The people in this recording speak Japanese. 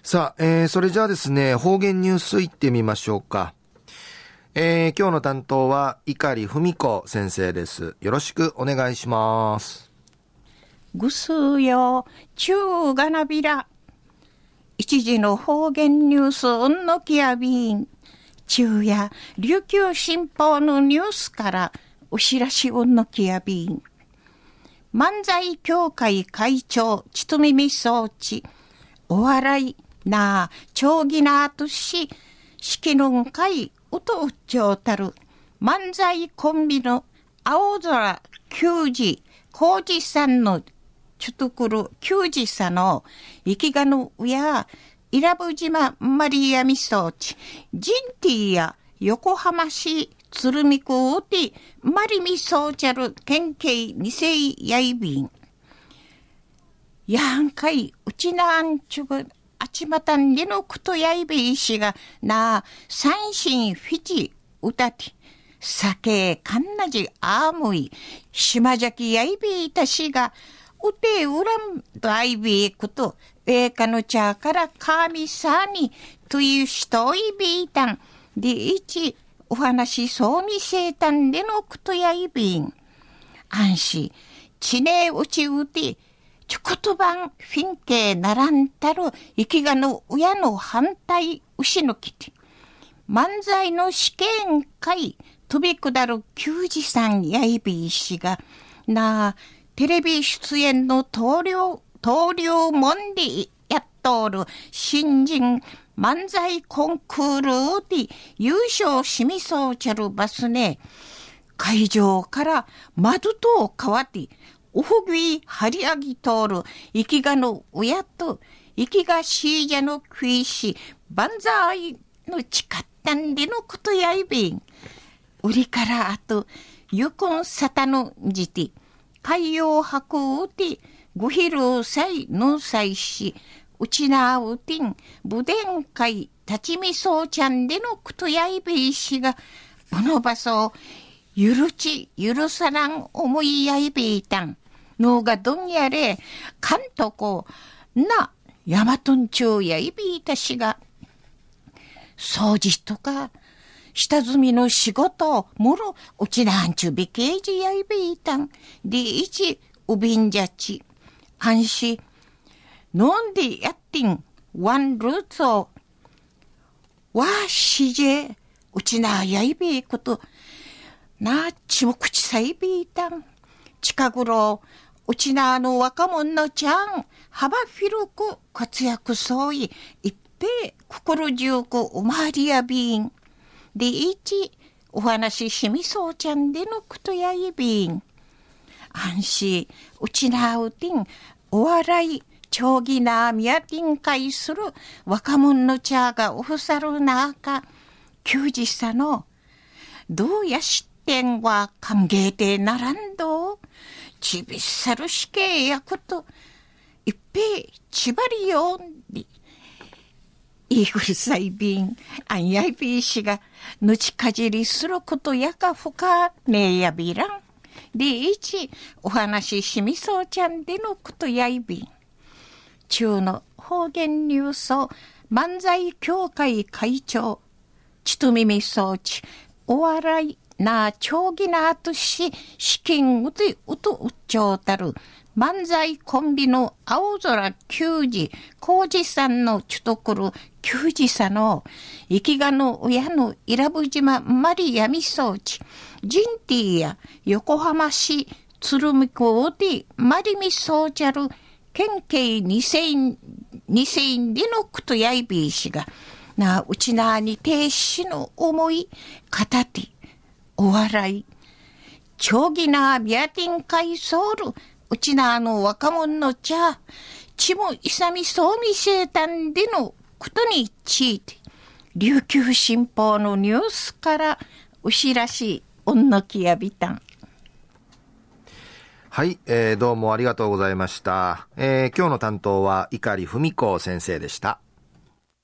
さあ、それじゃあですね、方言ニュースいってみましょうか。今日の担当は碇文子先生です。よろしくお願いします。 ぐすうよ中がなびら一時の方言ニュースうんのきやびん中や琉球新報のニュースからお知らしうんのきやびん漫才協会会長ちとみみ装置お笑いな長義なあとし式のんかいうとうっちょうたる漫才コンビの青空球児浩二さんのちょっとくる球児さんの生きがのうや伊良部島マリアミ装置ジンティや横浜市鶴見区うてマリミ装置る県警二世やいびんやんかいうちなんちゅぐあちまたんりのくとやいべいしがな三振フィジ歌て酒かんなじあむい島じゃきやいべいたしがうてうらんとあいべいくとえかのちゃからかみさにという人いべいたんでいちお話そうみせいたんでのくとやいべんあんしちねうちうてちょことばんフィンケならんたる生きがの親の反対牛のきて漫才の試験会飛び下る球児さんやいびいしがなテレビ出演の登竜門でやっとおる新人漫才コンクールで優勝しみそうちゃるバスね会場から窓と変わっておほぎ張り上げ通る生きがの親と生きがしいじゃの食いし万歳の誓ったんでのことやいべん売りからあとゆくんさたのじて海洋博うてごひるさいのさいしうちなうてんぶでん会立ちみそうちゃんでのことやいべいしがこの場所許さらん思いやいべいたんのがどんやれかんとこなやまとんちゅうやいびいたしが掃除とか下積みの仕事もろうちなんちゅうびけいじやいびいたんでいちうびんじゃちはんしのんでやってんワンルーツをわしじうちなやいびいことなちもくちさいびいたん近頃うちなの若者ちゃん幅広く活躍そうい一平心中くおまわりやびんでいちお話しみそうちゃんでのことやいびんあんしうちなうてんお笑い長義なみやてん会する若者ちゃがおふさるなか休日さのどうやしってんは歓迎でならんどちびっさる死刑やこといっぺいちばりよんでいぐるさいびんあんやいびいしがぬちかじりすることやかふかねえやびらんでいちお話ししみそうちゃんでのことやいびん中の方言ニュースを漫才協会会長ちとみみ装置お笑いな長義なあとし資金うてうとうっちょうたる漫才コンビの青空球児浩二さんのちゅとくる球児さの生きがの親の伊良部島マリヤミ装置ジンティや横浜市鶴見区うてマリミ装置ある県警二世でのくとやいびいしがなうちなに停止の思い片手お笑い長義なビアティン会ソウルうちなの若者ちゃちもいさみそうみせいたんでのことについて琉球新報のニュースからうしらしおんのきやびたんはい、どうもありがとうございました。今日の担当は碇文子先生でした。